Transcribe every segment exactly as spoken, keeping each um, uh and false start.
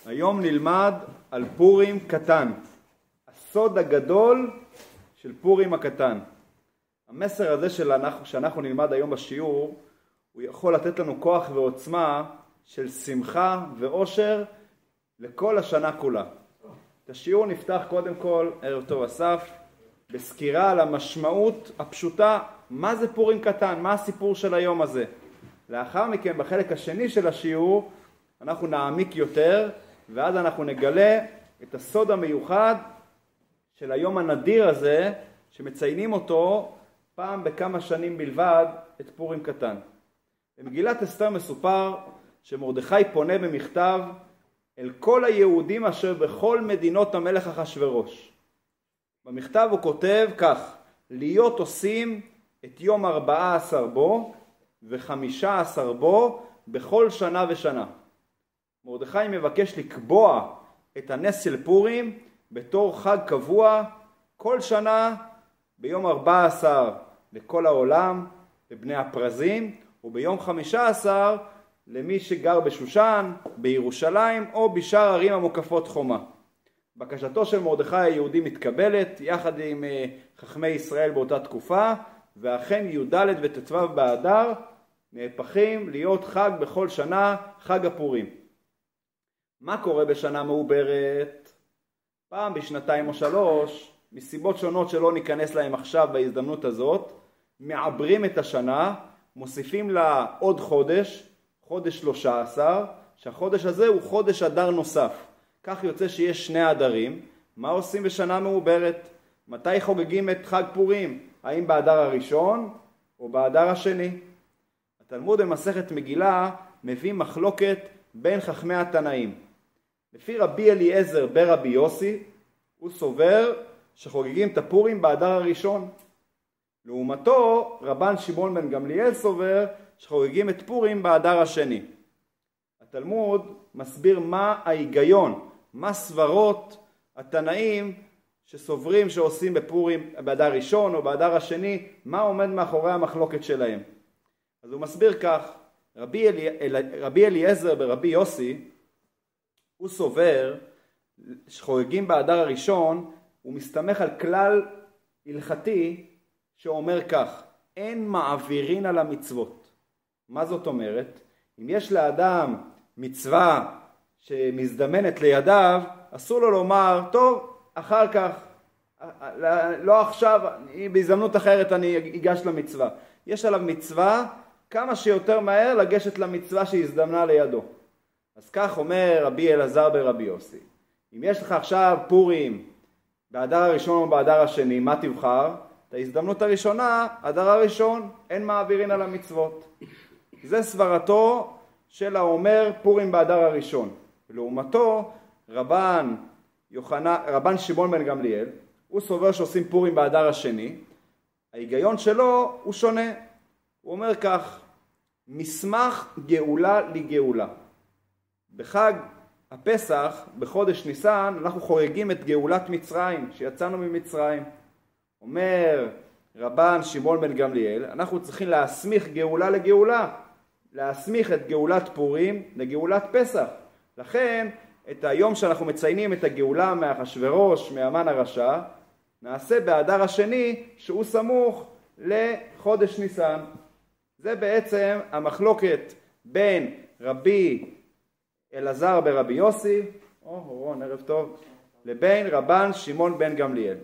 היום נלמד על פורים קטן, הסוד הגדול של פורים הקטן. המסר הזה שאנחנו, שאנחנו נלמד היום בשיעור, הוא יכול לתת לנו כוח ועוצמה של שמחה ואושר לכל השנה כולה. את השיעור נפתח קודם כל, ערב טוב אסף, בסקירה על המשמעות הפשוטה, מה זה פורים קטן, מה הסיפור של היום הזה. לאחר מכן, בחלק השני של השיעור, אנחנו נעמיק יותר, ואז אנחנו נגלה את הסוד המיוחד של היום הנדיר הזה, שמציינים אותו פעם בכמה שנים בלבד, את פורים קטן. במגילת אסתר מסופר שמרדכי פונה במכתב אל כל היהודים אשר בכל מדינות המלך אחשוורוש. במכתב הוא כותב כך: להיות עושים את יום ארבעה עשר בו וחמישה עשר בו בכל שנה ושנה. מרדכי מבקש לקבוע את הנס של פורים בתור חג קבוע כל שנה ביום ארבע עשרה לכל העולם, לבני הפרזים, וביום חמישה עשר למי שגר בשושן, בירושלים או בשאר ערים המוקפות חומה. בקשתו של מרדכי היהודי מתקבלת יחד עם חכמי ישראל באותה תקופה, ואכן י"ד וט"ו באדר נהפכים להיות חג בכל שנה, חג הפורים. מה קורה בשנה מעוברת? פעם בשנתיים או שלוש, מסיבות שונות שלא ניכנס להם עכשיו בהזדמנות הזאת, מעברים את השנה, מוסיפים לה עוד חודש, חודש שלושה עשר, שהחודש הזה הוא חודש אדר נוסף. כך יוצא שיש שני אדרים. מה עושים בשנה מעוברת? מתי חוגגים את חג פורים? האם באדר הראשון או באדר השני? התלמוד במסכת מגילה מביא מחלוקת בין חכמי התנאים. לפי רבי אליעזר ברבי יוסי, הוא סובר שחוגגים את הפורים באדר הראשון. לעומתו, רבן שמעון בן גמליאל סובר שחוגגים את פורים באדר השני. התלמוד מסביר מה ההיגיון, מה סברות התנאים שסוברים שעושים בפורים באדר ראשון או באדר השני, מה עומד מאחורי המחלוקת שלהם. אז הוא מסביר כך: רבי, אלי, רבי אליעזר ברבי יוסי, הוא סובר שחוגגים באדר הראשון, הוא מסתמך על כלל הלכתי שאומר כך: אין מעבירין על המצוות. מה זאת אומרת? אם יש לאדם מצווה שמזדמנת לידיו, אסור לו לומר, טוב, אחר כך, לא עכשיו, בהזדמנות אחרת אני אגש למצווה. יש עליו מצווה, כמה שיותר מהר לגשת למצווה שהזדמנה לידו. אז כך אומר רבי אלעזר ברבי יוסי: אם יש לך עכשיו פורים באדר הראשון או באדר השני, מה תבחר? את ההזדמנות הראשונה, אדר הראשון, אין מעבירין על המצוות. זה סברתו של האומר פורים באדר הראשון. לעומתו, רבן, יוחנן, רבן שמעון בן גמליאל, הוא סובר שעושים פורים באדר השני. ההיגיון שלו הוא שונה. הוא אומר כך: מסמך גאולה לגאולה. בחג הפסח, בחודש ניסן, אנחנו חוגגים את גאולת מצרים, שיצאנו ממצרים. אומר רבן שמעון בן גמליאל, אנחנו צריכים להסמיך גאולה לגאולה, להסמיך את גאולת פורים לגאולת פסח. לכן, את היום שאנחנו מציינים את הגאולה מאחשוורוש, מהמן הרשע, נעשה באדר השני שהוא סמוך לחודש ניסן. זה בעצם המחלוקת בין רבי אלעזר ברבי יוסי, או רון, ערב טוב, לבין רבן שמעון בן גמליאל.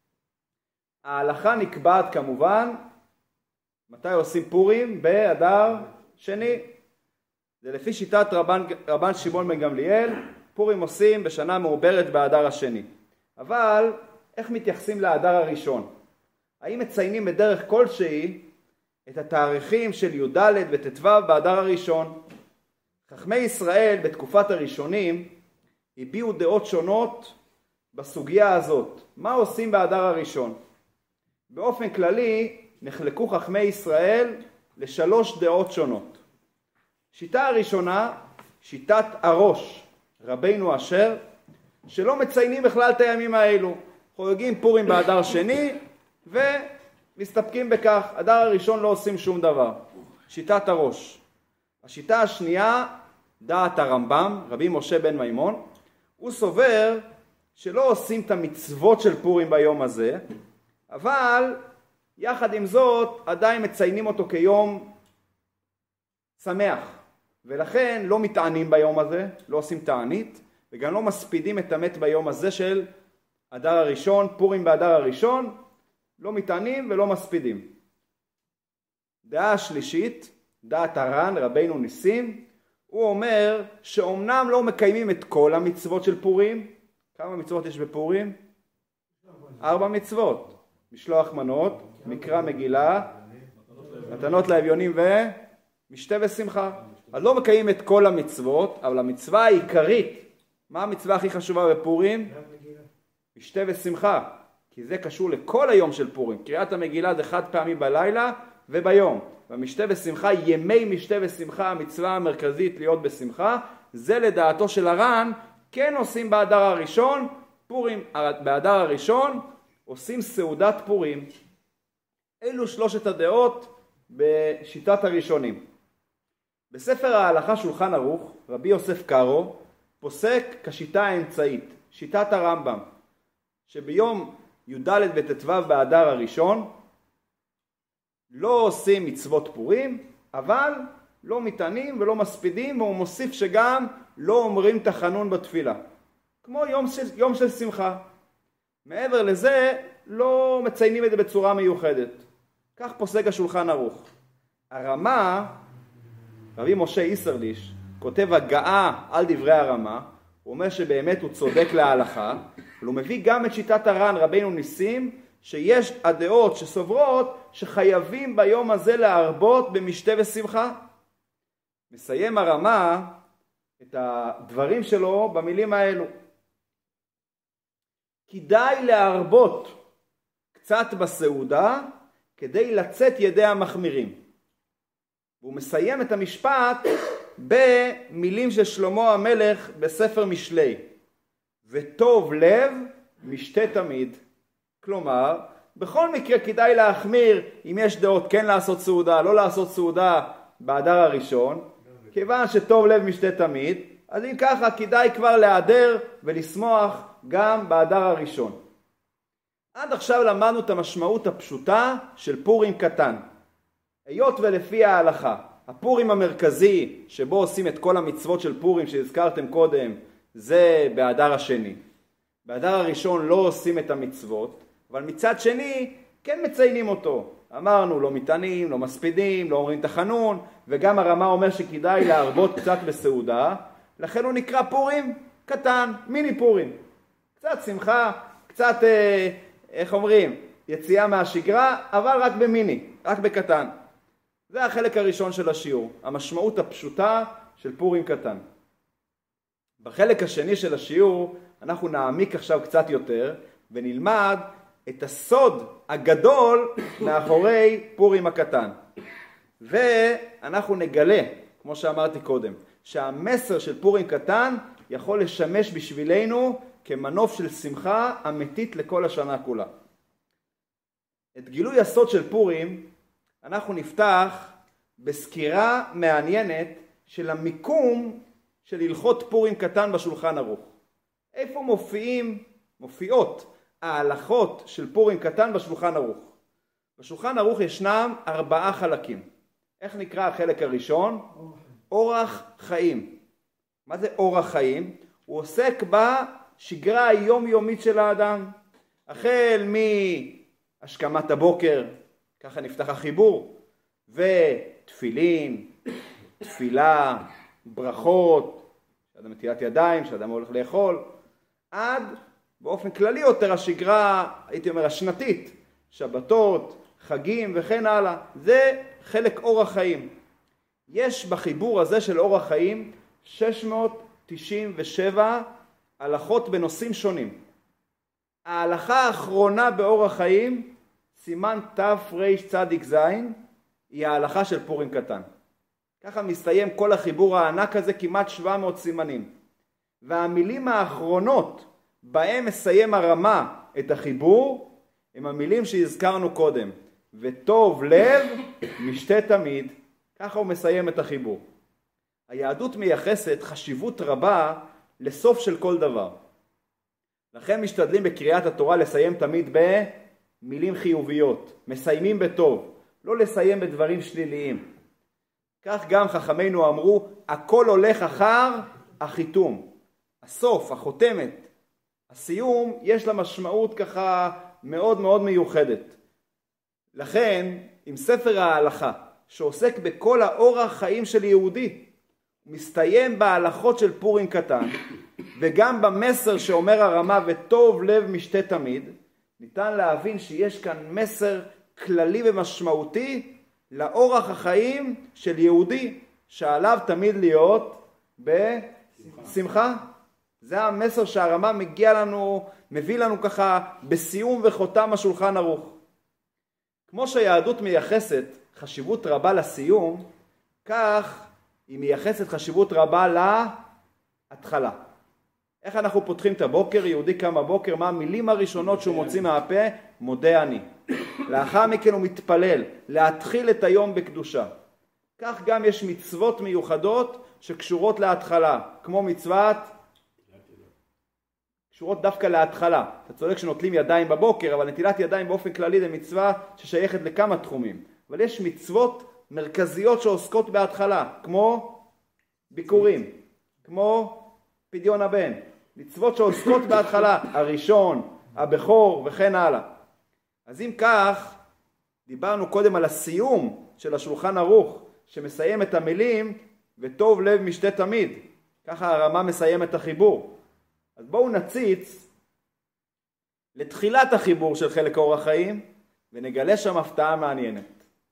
ההלכה נקבעת כמובן, מתי עושים פורים? באדר שני. זה לפי שיטת רבן, רבן שמעון בן גמליאל, פורים עושים בשנה מעוברת באדר השני. אבל איך מתייחסים לאדר הראשון? האם מציינים בדרך כלשהי את התאריכים של י"ד וט"ו באדר הראשון? חכמי ישראל בתקופת הראשונים הביעו דעות שונות בסוגיה הזאת. מה עושים באדר הראשון? באופן כללי נחלקו חכמי ישראל לשלוש דעות שונות. שיטה הראשונה, שיטת הראש, רבינו אשר, שלא מציינים בכלל את הימים האלו. חוגגים פורים באדר שני ומסתפקים בכך. אדר הראשון לא עושים שום דבר. שיטת הראש. השיטה השנייה, דעת הרמב"ם, רבי משה בן מימון, הוא סובר שלא עושים את המצוות של פורים ביום הזה, אבל יחד עם זאת עדיין מציינים אותו כיום שמח, ולכן לא מתענים ביום הזה, לא עושים תענית, וגם לא מספידים את המת ביום הזה של אדר הראשון, פורים באדר הראשון, לא מתענים ולא מספידים. דעה השלישית, דעת הר"ן, רבינו ניסים, הוא אומר שאומנם לא מקיימים את כל המצוות של פורים. כמה מצוות יש בפורים? ארבע מצוות. משלוח מנות, מקרא מגילה, מתנות לאביונים ומשתה ושמחה. אז לא מקיימים את כל המצוות, אבל המצווה העיקרית, מה המצווה הכי חשובה בפורים? משתה ושמחה, כי זה קשור לכל היום של פורים. קריאת המגילה זה חד פעמי בלילה וביום. במשתה ושמחה, ימי משתה ושמחה, המצווה המרכזית להיות בשמחה, זה לדעתו של הר"ן, כן עושים באדר הראשון, פורים באדר הראשון, עושים סעודת פורים. אלו שלושת הדעות בשיטת הראשונים. בספר ההלכה שולחן ערוך, רבי יוסף קארו, פוסק כשיטה האמצעית, שיטת הרמב"ם, שביום י"ד וט"ו באדר הראשון, לא עושים מצוות פורים, אבל לא מתענים ולא מספידים, והוא מוסיף שגם לא אומרים תחנון בתפילה. כמו יום של, יום של שמחה. מעבר לזה, לא מציינים את זה בצורה מיוחדת. כך פוסק השולחן ערוך. הרמה, רבי משה איסרליש, כותב הגאה על דברי הרמה, הוא אומר שבאמת הוא צודק להלכה, אבל הוא מביא גם את שיטת הר"ן, רבינו ניסים, שיש הדעות שסוברות שחייבים ביום הזה להרבות במשתה ושמחה. מסיים הרמה את הדברים שלו במילים האלו. כדאי להרבות קצת בסעודה כדי לצאת ידי המחמירים. והוא מסיים את המשפט במילים של שלמה המלך בספר משלי. וטוב לב משתה תמיד. כלומר, בכל מקרה כדאי להחמיר אם יש דעות כן לעשות סעודה, לא לעשות סעודה באדר הראשון, כיוון שטוב לב משתה תמיד, אז אם ככה כדאי כבר להיעדר ולשמוח גם באדר הראשון. עד עכשיו למדנו את המשמעות הפשוטה של פורים קטן. היות ולפי ההלכה, הפורים המרכזי שבו עושים את כל המצוות של פורים שהזכרתם קודם, זה באדר השני. באדר הראשון לא עושים את המצוות, אבל מצד שני כן מציינים אותו. אמרנו לא מתענים, לא מספידים, לא אומרים תחנון, וגם הרמה אומר שכדאי להרבות קצת בסעודה, לכן הוא נקרא פורים קטן, מיני פורים. קצת שמחה, קצת, אה, איך אומרים, יציאה מהשגרה, אבל רק במיני, רק בקטן. זה החלק הראשון של השיעור, המשמעות הפשוטה של פורים קטן. בחלק השני של השיעור אנחנו נעמיק עכשיו קצת יותר, ונלמד את הסוד הגדול מאחורי פורים הקטן. ואנחנו נגלה, כמו שאמרתי קודם, שהמסר של פורים קטן יכול לשמש בשבילנו כמנוף של שמחה אמיתית לכל השנה כולה. את גילוי הסוד של פורים אנחנו נפתח בסקירה מעניינת של המיקום של הלכות פורים קטן בשולחן ערוך. איפה מופיעים, מופיעות ההלכות של פורים קטן בשולחן ערוך? בשולחן ערוך ישנם ארבעה חלקים. איך נקרא החלק הראשון? אורח חיים. מה זה אורח חיים? הוא עוסק בשגרה היומיומית של האדם. החל מהשכמת הבוקר, ככה נפתח החיבור, ותפילין, תפילה, ברכות, שאדם מטילת ידיים, שאדם הולך לאכול, עד באופן כללי יותר השגרה, הייתי אומר, השנתית, שבתות, חגים וכן הלאה. זה חלק אורח חיים. יש בחיבור הזה של אורח חיים שש מאות תשעים ושבע הלכות בנושאים שונים. ההלכה האחרונה באורח חיים, סימן תרצ"ז, היא ההלכה של פורים קטן. ככה מסתיים כל החיבור הענק הזה, כמעט שבע מאות סימנים. והמילים האחרונות בהם מסיים הרמה את החיבור, הם המילים שהזכרנו קודם. וטוב לב משתה תמיד. ככה הוא מסיים את החיבור. היהדות מייחסת חשיבות רבה לסוף של כל דבר. לכן משתדלים בקריאת התורה לסיים תמיד במילים חיוביות, מסיימים בטוב, לא לסיים בדברים שליליים. כך גם חכמינו אמרו, הכל הולך אחר החיתום. הסוף, החותמת, הסיום, יש לה משמעות ככה מאוד מאוד מיוחדת. לכן, עם ספר ההלכה, שעוסק בכל האורח חיים של יהודי, מסתיים בהלכות של פורים קטן, וגם במסר שאומר הרמה וטוב לב משתה תמיד, ניתן להבין שיש כאן מסר כללי ומשמעותי לאורח החיים של יהודי, שעליו תמיד להיות בשמחה. זה המסר שהרמה מגיע לנו, מביא לנו ככה בסיום וחותם השולחן ערוך. כמו שהיהדות מייחסת חשיבות רבה לסיום, כך היא מייחסת חשיבות רבה להתחלה. איך אנחנו פותחים את הבוקר? יהודי קם בבוקר, מה המילים הראשונות שהוא מוציא מהפה? מודה אני. לאחר מכן הוא מתפלל, להתחיל את היום בקדושה. כך גם יש מצוות מיוחדות שקשורות להתחלה, כמו מצוות, קשורות דווקא להתחלה. אתה צודק שנוטלים ידיים בבוקר, אבל נטילת ידיים באופן כללי זה מצווה ששייכת לכמה תחומים. אבל יש מצוות מרכזיות שעוסקות בהתחלה, כמו ביקורים, כמו פדיון הבן. מצוות שעוסקות בהתחלה, הראשון, הבכור וכן הלאה. אז אם כך, דיברנו קודם על הסיום של השולחן ערוך, שמסיים את המילים וטוב לב משתה תמיד. ככה הרמה מסיים את החיבור. אז בואו נציץ לתחילת החיבור של חלק אורח חיים, ונגלה שם הפתעה מעניינת.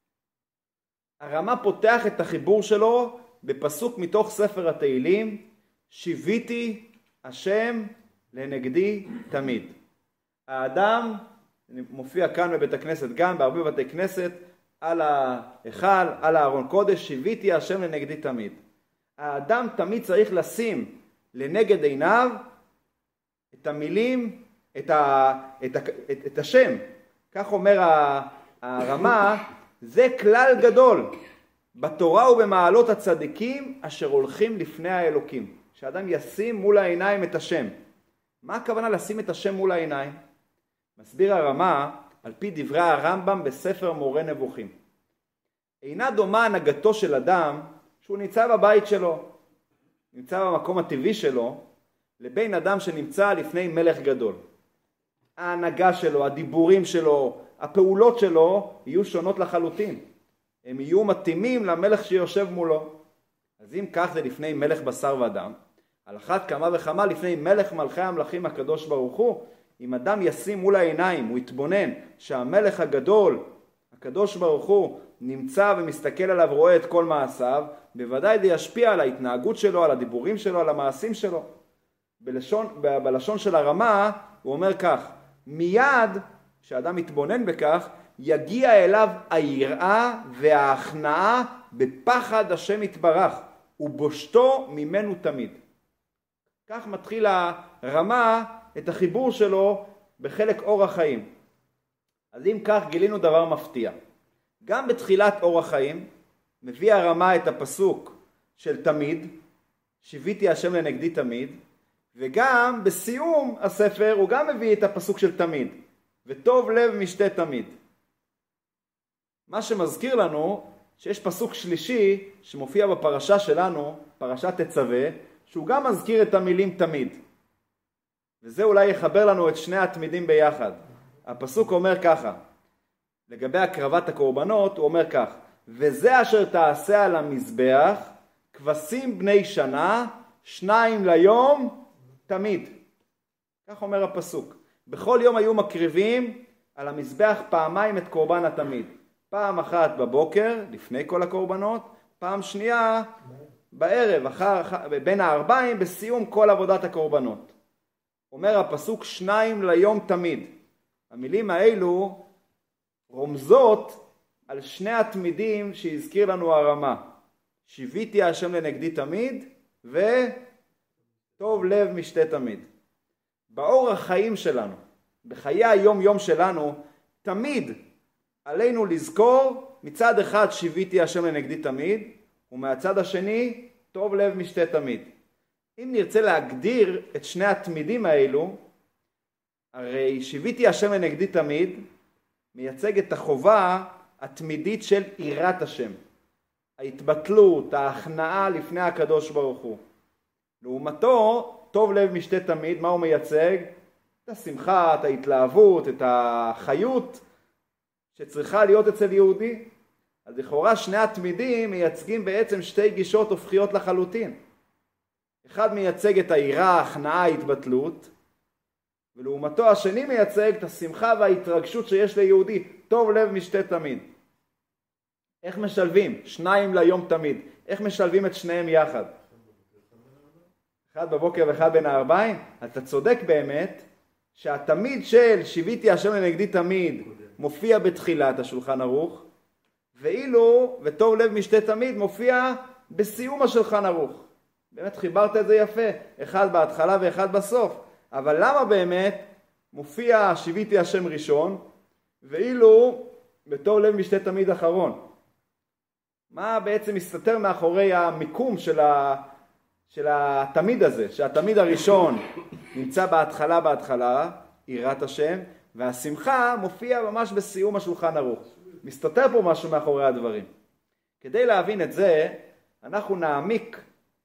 הרמה פותח את החיבור שלו בפסוק מתוך ספר התהילים, שיוויתי השם לנגדי תמיד. האדם, מופיע כאן בבית הכנסת גם, בהרבה בתי כנסת, על ההיכל, על הארון קודש, שיוויתי השם לנגדי תמיד. האדם תמיד צריך לשים לנגד עיניו את המילים, את, ה, את, ה, את, את השם. כך אומר הרמה, זה כלל גדול בתורה ובמעלות הצדיקים אשר הולכים לפני האלוקים. שאדם ישים מול העיניים את השם. מה הכוונה לשים את השם מול העיניים? מסביר הרמה על פי דברי הרמב"ם בספר מורה נבוכים. אינה דומה הנהגתו של אדם שהוא נמצא בבית שלו, נמצא במקום הטבעי שלו, לבין אדם שנמצא לפני מלך גדול. ההנהגה שלו, הדיבורים שלו, הפעולות שלו יהיו שונות לחלוטין. הם יהיו מתאימים למלך שיושב מולו. אז אם כך זה לפני מלך בשר ודם, על אחת כמה וכמה לפני מלך מלכי המלכים הקדוש ברוך הוא, אם אדם ישים מול העיניים, הוא יתבונן שהמלך הגדול, הקדוש ברוך הוא, נמצא ומסתכל עליו, רואה את כל מעשיו, בוודאי זה ישפיע על ההתנהגות שלו, על הדיבורים שלו, על המעשים שלו. בלשון, ב- בלשון של הרמה הוא אומר כך, מיד כשאדם מתבונן בכך, יגיע אליו היראה וההכנעה בפחד השם יתברך, ובושתו ממנו תמיד. כך מתחיל הרמה את החיבור שלו בחלק אורח חיים. אז אם כך גילינו דבר מפתיע. גם בתחילת אורח חיים מביא הרמה את הפסוק של תמיד, שיוויתי השם לנגדי תמיד, וגם בסיום הספר הוא גם מביא את הפסוק של תמיד, וטוב לב משתה תמיד. מה שמזכיר לנו שיש פסוק שלישי שמופיע בפרשה שלנו, פרשת תצווה, שהוא גם מזכיר את המילים תמיד. וזה אולי יחבר לנו את שני התמידים ביחד. הפסוק אומר ככה, לגבי הקרבת הקורבנות הוא אומר כך, וזה אשר תעשה על המזבח, כבשים בני שנה, שניים ליום תמיד. כך אומר הפסוק. בכל יום היו מקריבים על המזבח פעמיים את קורבן התמיד. פעם אחת בבוקר, לפני כל הקורבנות, פעם שנייה בערב, אחר, בין הארבעים, בסיום כל עבודת הקורבנות. אומר הפסוק שניים ליום תמיד. המילים האלו רומזות על שני התמידים שהזכיר לנו הרמה. שיוויתי השם לנגדי תמיד, וטוב לב משתה תמיד. באורח חיים שלנו, בחיי היום יום שלנו, תמיד עלינו לזכור מצד אחד שיוויתי השם לנגדי תמיד, ומהצד השני טוב לב משתה תמיד. אם נרצה להגדיר את שני התמידים האלו, הרי שיוויתי השם לנגדי תמיד, מייצג את החובה התמידית של יראת השם. ההתבטלות, ההכנעה לפני הקדוש ברוך הוא. לעומתו, טוב לב משתה תמיד, מה הוא מייצג? את השמחה, את ההתלהבות, את החיות שצריכה להיות אצל יהודי. אז לכאורה שני התמידים מייצגים בעצם שתי גישות הופכיות לחלוטין. אחד מייצג את היראה, ההכנעה, ההתבטלות, ולעומתו השני מייצג את השמחה וההתרגשות שיש ליהודי, טוב לב משתה תמיד. איך משלבים? שניים ליום תמיד. איך משלבים את שניהם יחד? אחד בבוקר ואחד בין הערביים. אתה צודק באמת שהתמיד של שיוויתי השם לנגדי תמיד מופיע בתחילת השולחן ערוך, ואילו וטוב לב משתה תמיד מופיע בסיום השולחן ערוך. באמת חיברת את זה יפה, אחד בהתחלה ואחד בסוף. אבל למה באמת מופיע שיוויתי השם ראשון, ואילו וטוב לב משתה תמיד אחרון? מה בעצם מסתתר מאחורי המיקום של, ה... של התמיד הזה, שהתמיד הראשון נמצא בהתחלה בהתחלה, יראת השם, והשמחה מופיע ממש בסיום השולחן ערוך. מסתתר פה משהו מאחורי הדברים. כדי להבין את זה, אנחנו נעמיק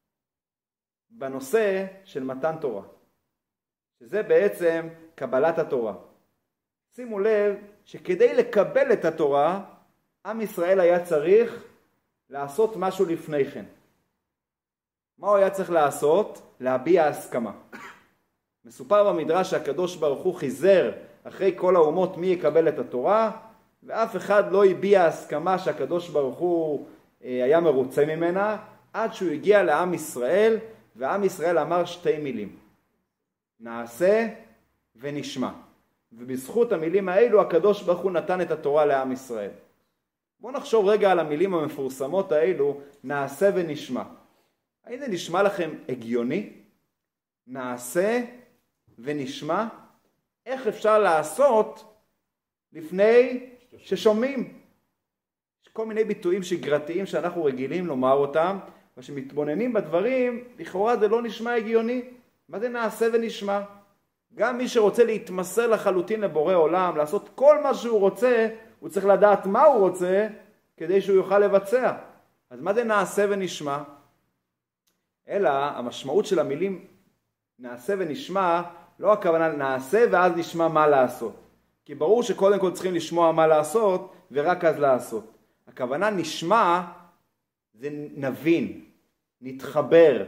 בנושא של מתן תורה, שזה בעצם קבלת התורה. שימו לב שכדי לקבל את התורה, עם ישראל היה צריך לעשות משהו לפני כן. מה הוא היה צריך לעשות? להביע הסכמה. מסופר במדרש שהקדוש ברוך הוא חיזר אחרי כל האומות מי יקבל את התורה, ואף אחד לא הביע הסכמה שהקדוש ברוך הוא היה מרוצה ממנה, עד שהוא הגיע לעם ישראל, ועם ישראל אמר שתי מילים: נעשה ונשמע. ובזכות המילים האלו הקדוש ברוך הוא נתן את התורה לעם ישראל. בואו נחשוב רגע על המילים המפורסמות האלו, נעשה ונשמע. האם זה נשמע לכם הגיוני? נעשה ונשמע? איך אפשר לעשות לפני ששומעים? יש כל מיני ביטויים שגרתיים שאנחנו רגילים לומר אותם, ושמתבוננים בדברים, לכאורה זה לא נשמע הגיוני. מה זה נעשה ונשמע? גם מי שרוצה להתמסר לחלוטין לבורא עולם, לעשות כל מה שהוא רוצה, הוא צריך לדעת מה הוא רוצה כדי שהוא יוכל לבצע. אז מה זה נעשה ונשמע? אלא המשמעות של המילים נעשה ונשמע, לא הכוונה נעשה ואז נשמע מה לעשות. כי ברור שקודם כל צריכים לשמוע מה לעשות ורק אז לעשות. הכוונה נשמע זה נבין, נתחבר,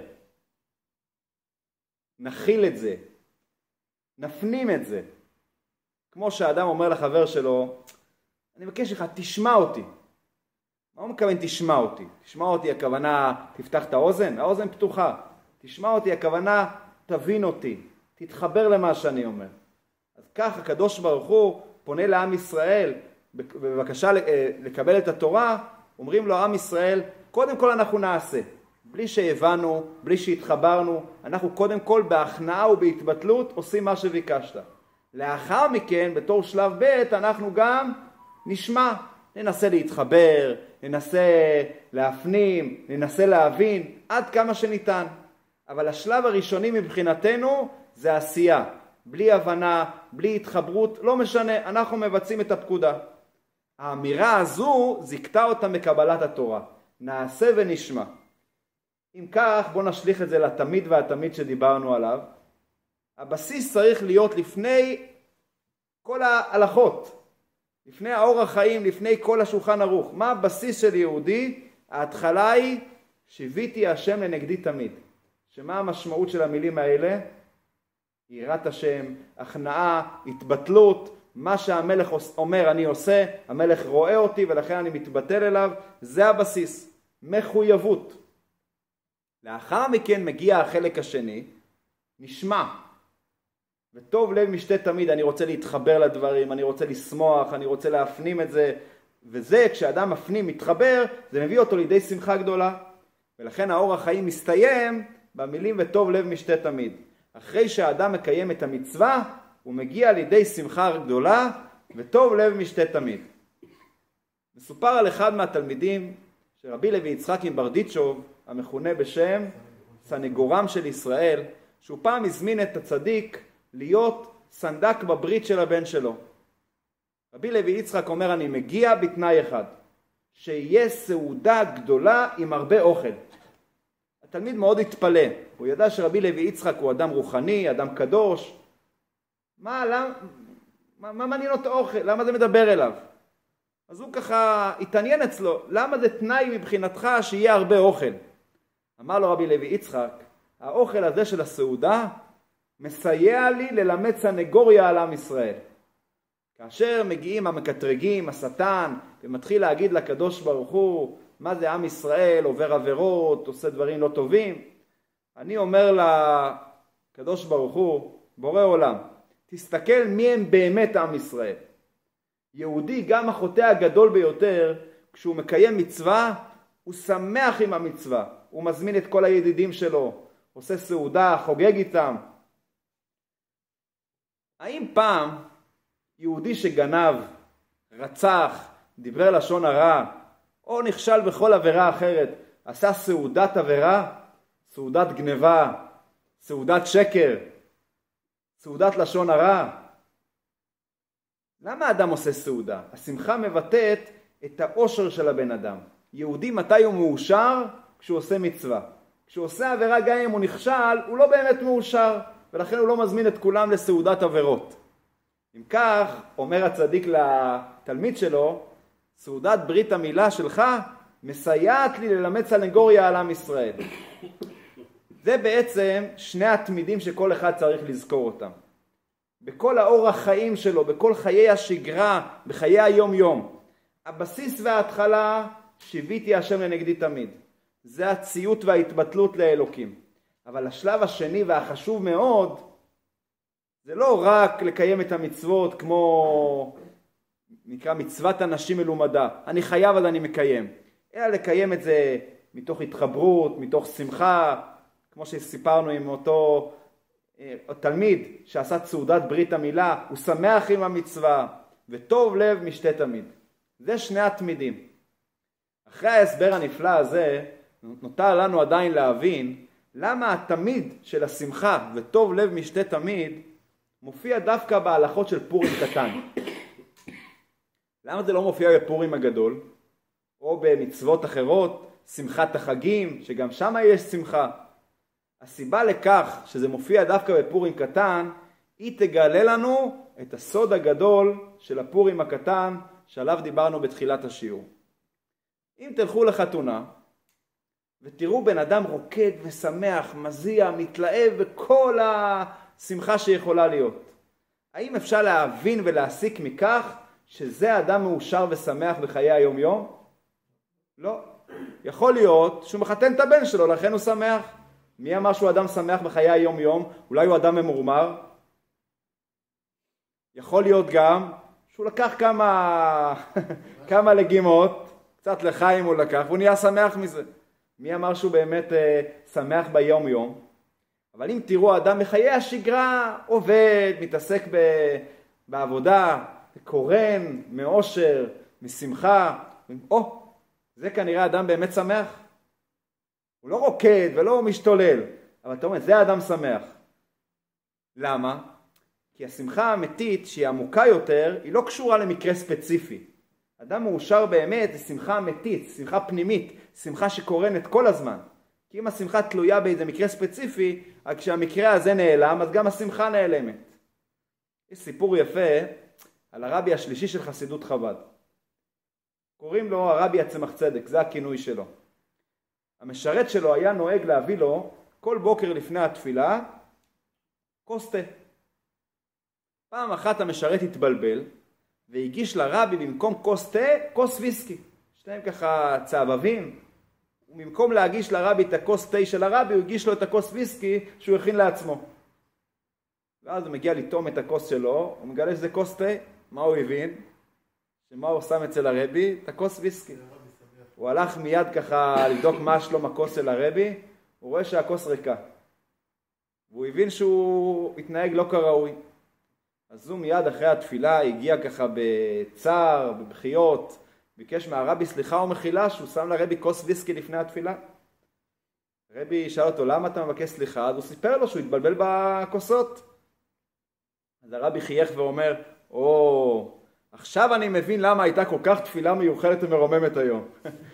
נכיל את זה, נפנים את זה. כמו שהאדם אומר לחבר שלו, אני מבקש לך, תשמע אותי. מה הוא מכוון תשמע אותי? תשמע אותי הכוונה תפתח את האוזן? האוזן פתוחה. תשמע אותי הכוונה תבין אותי, תתחבר למה שאני אומר. אז כך הקדוש ברוך הוא פונה לעם ישראל בבקשה לקבל את התורה, אומרים לו עם ישראל, קודם כל אנחנו נעשה. בלי שהבנו, בלי שהתחברנו, אנחנו קודם כל בהכנעה ובהתבטלות עושים מה שביקשת. לאחר מכן, בתור שלב ב', אנחנו גם נשמע, ננסה להתחבר, ננסה להפנים, ננסה להבין, עד כמה שניתן. אבל השלב הראשוני מבחינתנו זה עשייה. בלי הבנה, בלי התחברות, לא משנה, אנחנו מבצעים את הפקודה. האמירה הזו זיקתה אותה מקבלת התורה. נעשה ונשמע. אם כך, בוא נשליך את זה לתמיד והתמיד שדיברנו עליו. הבסיס צריך להיות לפני כל ההלכות, לפני האור החיים, לפני כל השולחן ערוך. מה הבסיס של יהודי? ההתחלה היא, שיוויתי השם לנגדי תמיד. שמה המשמעות של המילים האלה? יראת השם, הכנעה, התבטלות, מה שהמלך אומר אני עושה, המלך רואה אותי ולכן אני מתבטל אליו, זה הבסיס, מחויבות. לאחר מכן מגיע החלק השני, נשמע. וטוב לב משתה תמיד, אני רוצה להתחבר לדברים, אני רוצה לשמוח, אני רוצה להפנים את זה, וזה כשאדם מפנים, מתחבר, זה מביא אותו לידי שמחה גדולה. ולכן האור החיים מסתיים במילים וטוב לב משתה תמיד. אחרי שהאדם מקיים את המצווה, הוא מגיע לידי שמחה גדולה, וטוב לב משתה תמיד. מסופר על אחד מהתלמידים של רבי לוי יצחק מברדיצ'וב, המכונה בשם סנגורם של ישראל, שהוא פעם הזמין את הצדיק להיות סנדק בברית של הבן שלו. רבי לוי יצחק אומר, אני מגיע בתנאי אחד, שיהיה סעודה גדולה עם הרבה אוכל. התלמיד מאוד התפלא, הוא ידע שרבי לוי יצחק הוא אדם רוחני, אדם קדוש. מה, למה, מה, מה מעניין אותו אוכל? למה זה מדבר אליו? אז הוא ככה התעניין אצלו, למה זה תנאי מבחינתך שיהיה הרבה אוכל? אמר לו רבי לוי יצחק, האוכל הזה של הסעודה מסייע לי ללמד סנגוריה על עם ישראל. כאשר מגיעים המקטרגים, השטן, ומתחיל להגיד לקדוש ברוך הוא, מה זה עם ישראל, עובר עבירות, עושה דברים לא טובים, אני אומר לקדוש ברוך הוא, בורא עולם, תסתכל מי הם באמת עם ישראל. יהודי, גם החוטא הגדול ביותר, כשהוא מקיים מצווה, הוא שמח עם המצווה. הוא מזמין את כל הידידים שלו, עושה סעודה, חוגג איתם. האם פעם יהודי שגנב, רצח, דיבר לשון הרע, או נכשל בכל עבירה אחרת, עשה סעודת עבירה, סעודת גניבה, סעודת שקר, סעודת לשון הרע? למה האדם עושה סעודה? השמחה מבטאת את האושר של הבן אדם. יהודי מתי הוא מאושר? כשהוא עושה מצווה. כשהוא עושה עבירה, גם אם הוא נכשל, הוא לא באמת מאושר, ולכן הוא לא מזמין את כולם לסעודת עבירות. אם כך, אומר הצדיק לתלמיד שלו, סעודת ברית המילה שלך מסייעת לי ללמד סנגוריה על עם ישראל. זה בעצם שני התמידים שכל אחד צריך לזכור אותם. בכל האורח חיים שלו, בכל חיי השגרה, בחיי היום יום. הבסיס וההתחלה, שיביתי השם לנגדי תמיד. זה הציות וההתבטלות לאלוקים. אבל השלב השני והחשוב מאוד, זה לא רק לקיים את המצוות כמו נקרא מצוות אנשים מלומדה. אני חייב אז אני מקיים. אלא לקיים את זה מתוך התחברות, מתוך שמחה, כמו שסיפרנו עם אותו תלמיד שעשה סעודת ברית המילה, הוא שמח עם המצווה, וטוב לב משתה תמיד. זה שני התמידים. אחרי ההסבר הנפלא הזה, נותר לנו עדיין להבין למה התמיד של השמחה וטוב לב משתה תמיד מופיע דווקא בהלכות של פורים קטן. למה זה לא מופיע בפורים הגדול? או במצוות אחרות, שמחת החגים, שגם שם יש שמחה. הסיבה לכך שזה מופיע דווקא בפורים קטן, היא תגלה לנו את הסוד הגדול של הפורים הקטן, שעליו דיברנו בתחילת השיעור. אם תלכו לחתונה, ותראו בן אדם רוקד ושמח, מזיע, מתלהב בכל השמחה שיכולה להיות. האם אפשר להבין ולהסיק מכך שזה אדם מאושר ושמח בחיי היום יום? לא. יכול להיות שהוא מחתן את הבן שלו, לכן הוא שמח. מי אמר שהוא אדם שמח בחיי היום יום? אולי הוא אדם ממורמר? יכול להיות גם שהוא לקח כמה, כמה לגימות, קצת לחיים הוא לקח, והוא נהיה שמח מזה. מי אמר שהוא באמת אה, שמח ביום יום? אבל אם תראו אדם בחיי השגרה, עובד, מתעסק ב, בעבודה, קורן, מאושר, משמחה, או, זה כנראה אדם באמת שמח. הוא לא רוקד ולא משתולל, אבל אתה אומר, זה אדם שמח. למה? כי השמחה האמיתית שהיא עמוקה יותר, היא לא קשורה למקרה ספציפי. אדם מאושר באמת, זה שמחה אמיתית, שמחה פנימית, שמחה שקורנת כל הזמן. כי אם השמחה תלויה באיזה מקרה ספציפי, רק כשהמקרה הזה נעלם, אז גם השמחה נעלמת. יש סיפור יפה על הרבי השלישי של חסידות חב"ד. קוראים לו הרבי הצמח צדק, זה הכינוי שלו. המשרת שלו היה נוהג להביא לו כל בוקר לפני התפילה כוס תה. פעם אחת המשרת התבלבל והגיש לרבי במקום כוס תה, כוס ויסקי. שתיים ככה צהבבים. ובמקום להגיש לרבי את הכוס תה של הרבי, הוא הגיש לו את הכוס ויסקי שהוא הכין לעצמו. ואז הוא מגיע לטום את הכוס שלו, הוא מגלה שזה כוס תה. מה הוא הבין? שמה הוא שם אצל הרבי? את הכוס ויסקי. הוא הלך מיד ככה לבדוק מה שלום הכוס של הרבי, הוא רואה שהכוס ריקה. והוא הבין שהוא התנהג לא כראוי. אז הוא מיד אחרי התפילה הגיע ככה בצער, בבחיות, ביקש מהרבי סליחה ומחילה שהוא שם לרבי כוס ויסקי לפני התפילה. הרבי שאל אותו, למה אתה מבקש סליחה? אז הוא סיפר לו שהוא התבלבל בכוסות. אז הרבי חייך ואומר, או, עכשיו אני מבין למה הייתה כל כך תפילה מיוחדת ומרוממת היום.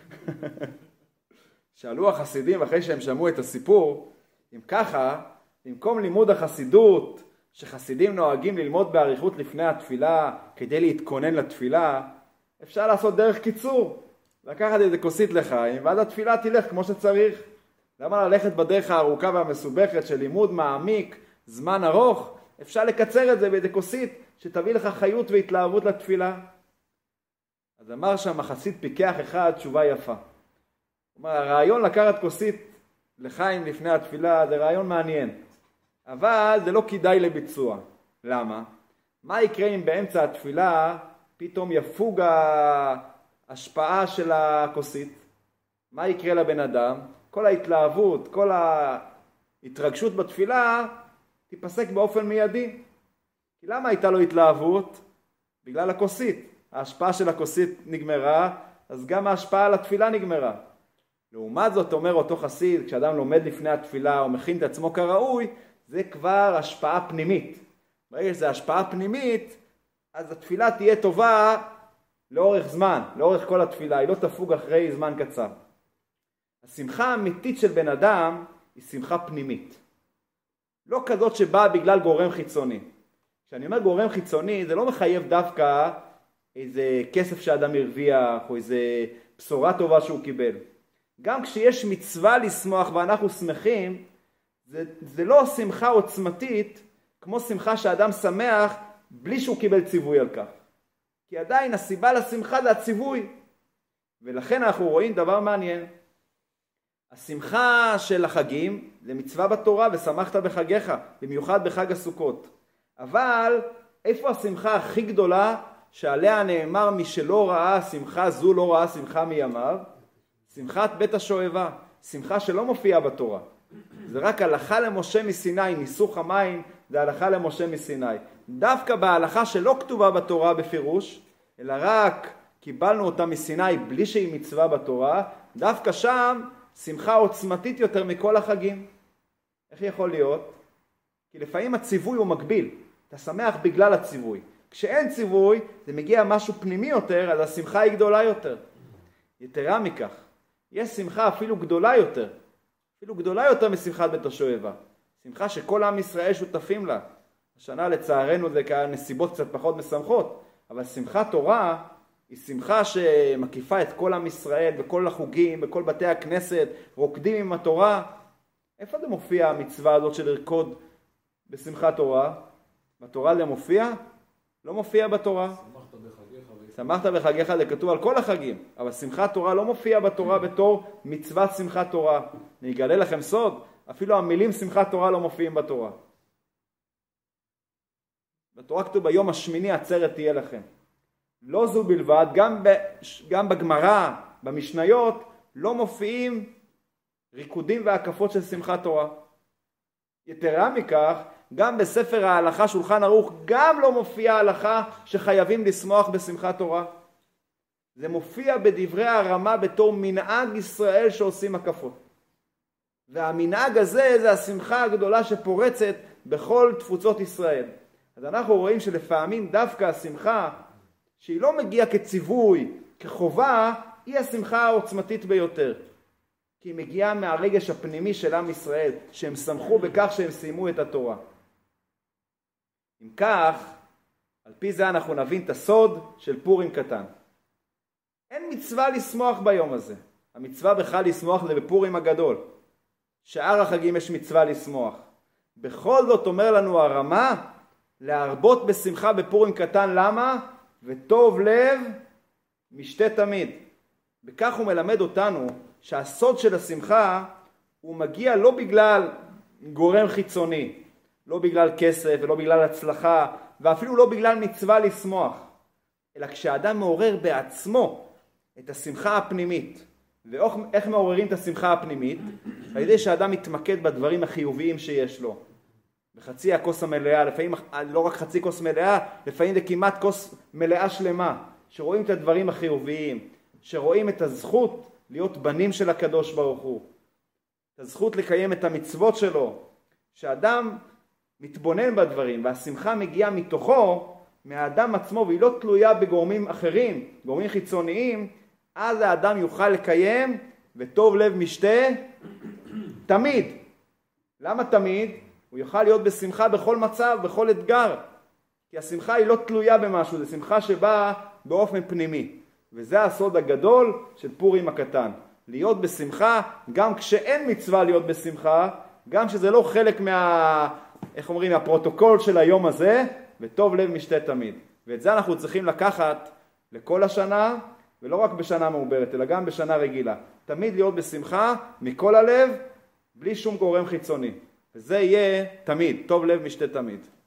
שאלו החסידים אחרי שהם שמעו את הסיפור, אם ככה, במקום לימוד החסידות, שחסידים נוהגים ללמוד באריכות לפני התפילה, כדי להתכונן לתפילה, אפשר לעשות דרך קיצור. לקחת איזה כוסית לחיים, ואז התפילה תלך כמו שצריך. למה ללכת בדרך הארוכה והמסובכת של לימוד מעמיק, זמן ארוך? אפשר לקצר את זה באיזה כוסית, שתביא לך חיות והתלהבות לתפילה. אז אמר שם החסיד פיקח אחד תשובה יפה. הוא אומר, הרעיון לקחת כוסית לחיים לפני התפילה זה רעיון מעניין. אבל זה לא כדאי לביצוע. למה? מה יקרה אם באמצע התפילה פתאום יפוג ההשפעה של הכוסית? מה יקרה לבן אדם? כל ההתלהבות, כל ההתרגשות בתפילה תיפסק באופן מיידי. כי למה הייתה לו התלהבות? בגלל הכוסית. ההשפעה של הכוסית נגמרה, אז גם ההשפעה על התפילה נגמרה. לעומת זאת אומר אותו חסיד, כשאדם לומד לפני התפילה או מכין את עצמו כראוי, זה כבר השפעה פנימית. ברגע שזה השפעה פנימית, אז התפילה תהיה טובה לאורך זמן, לאורך כל התפילה, היא לא תפוג אחרי זמן קצר. השמחה האמיתית של בן אדם היא שמחה פנימית. לא כזאת שבאה בגלל גורם חיצוני. כשאני אומר גורם חיצוני, זה לא מחייב דווקא איזה כסף שאדם הרוויח, או איזה בשורה טובה שהוא קיבל. גם כשיש מצווה לשמוח ואנחנו שמחים, זה, זה לא שמחה עוצמתית, כמו שמחה שאדם שמח בלי שהוא קיבל ציווי על כך. כי עדיין הסיבה לשמחה זה הציווי. ולכן אנחנו רואים דבר מעניין. השמחה של החגים זה מצווה בתורה ושמחת בחגיך, במיוחד בחג הסוכות. אבל איפה השמחה הכי גדולה שעליה נאמר מי שלא ראה שמחה זו לא ראה שמחה מימיו? שמחת בית השואבה, שמחה שלא מופיעה בתורה. זה רק הלכה למשה מסיני, ניסוך המים זה הלכה למשה מסיני. דווקא בהלכה שלא כתובה בתורה בפירוש, אלא רק קיבלנו אותה מסיני בלי שהיא מצווה בתורה, דווקא שם שמחה עוצמתית יותר מכל החגים. איך יכול להיות? כי לפעמים הציווי הוא מקביל. אתה שמח בגלל הציווי. כשאין ציווי, זה מגיע משהו פנימי יותר, אז השמחה היא גדולה יותר. יתרה מכך, יש שמחה אפילו גדולה יותר. אפילו גדולה יותר משמחת בית השואבה. שמחה שכל עם ישראל שותפים לה. השנה לצערנו זה כנסיבות קצת פחות משמחות, אבל שמחת תורה היא שמחה שמקיפה את כל עם ישראל, בכל החוגים, בכל בתי הכנסת, רוקדים עם התורה. איפה זה מופיע המצווה הזאת של לרקוד בשמחת תורה? בתורה זה מופיע? לא מופיע בתורה. שמחת בחגיך. שמחת בחגיך זה כתוב על כל החגים, אבל שמחת תורה לא מופיע בתורה בתור מצוות שמחת תורה. אני אגלה לכם סוד, אפילו המילים שמחת תורה לא מופיעים בתורה. בתורה כתוב ביום השמיני עצרת תהיה לכם. לא זו בלבד, גם, ב, גם בגמרא, במשניות, לא מופיעים ריקודים והקפות של שמחת תורה. יתרה מכך, גם בספר ההלכה שולחן ערוך, גם לא מופיע ההלכה שחייבים לשמוח בשמחת תורה. זה מופיע בדברי הרמה בתור מנהג ישראל שעושים הקפות. והמנהג הזה זה השמחה הגדולה שפורצת בכל תפוצות ישראל. אז אנחנו רואים שלפעמים דווקא השמחה, שהיא לא מגיעה כציווי, כחובה, היא השמחה העוצמתית ביותר. כי היא מגיעה מהרגש הפנימי של עם ישראל, שהם שמחו בכך שהם סיימו את התורה. אם כך, על פי זה אנחנו נבין את הסוד של פורים קטן. אין מצווה לשמוח ביום הזה. המצווה בכלל לשמוח זה בפורים הגדול. שאר החגים יש מצווה לשמוח. בכל זאת אומר לנו הרמה, להרבות בשמחה בפורים קטן. למה? וטוב לב משתה תמיד. בכך הוא מלמד אותנו שהסוד של השמחה הוא מגיע לא בגלל גורם חיצוני, לא בגלל כסף ולא בגלל הצלחה, ואפילו לא בגלל מצווה לשמוח, אלא כשאדם מעורר בעצמו את השמחה הפנימית. ואיך מעוררים את השמחה הפנימית? על ידי שאדם מתמקד בדברים החיוביים שיש לו. בחצי הכוס המלאה, לפעמים לא רק חצי כוס מלאה, לפעמים זה כמעט כוס מלאה שלמה, שרואים את הדברים החיוביים, שרואים את הזכות להיות בנים של הקדוש ברוך הוא. את הזכות לקיים את המצוות שלו, שאדם מתבונן בדברים והשמחה מגיעה מתוכו, מהאדם עצמו, והיא לא תלויה בגורמים אחרים, גורמים חיצוניים, אז האדם יוכל לקיים וטוב לב משתה תמיד. למה תמיד? הוא יוכל להיות בשמחה בכל מצב, בכל אתגר. כי השמחה היא לא תלויה במשהו, זה שמחה שבאה באופן פנימי. וזה הסוד הגדול של פורים הקטן. להיות בשמחה, גם כשאין מצווה להיות בשמחה, גם שזה לא חלק מה, איך אומרים, מהפרוטוקול של היום הזה, וטוב לב משתה תמיד. ואת זה אנחנו צריכים לקחת לכל השנה, ולא רק בשנה מעוברת, אלא גם בשנה רגילה. תמיד להיות בשמחה, מכל הלב, בלי שום גורם חיצוני. וזה יהיה תמיד, טוב לב משתה תמיד.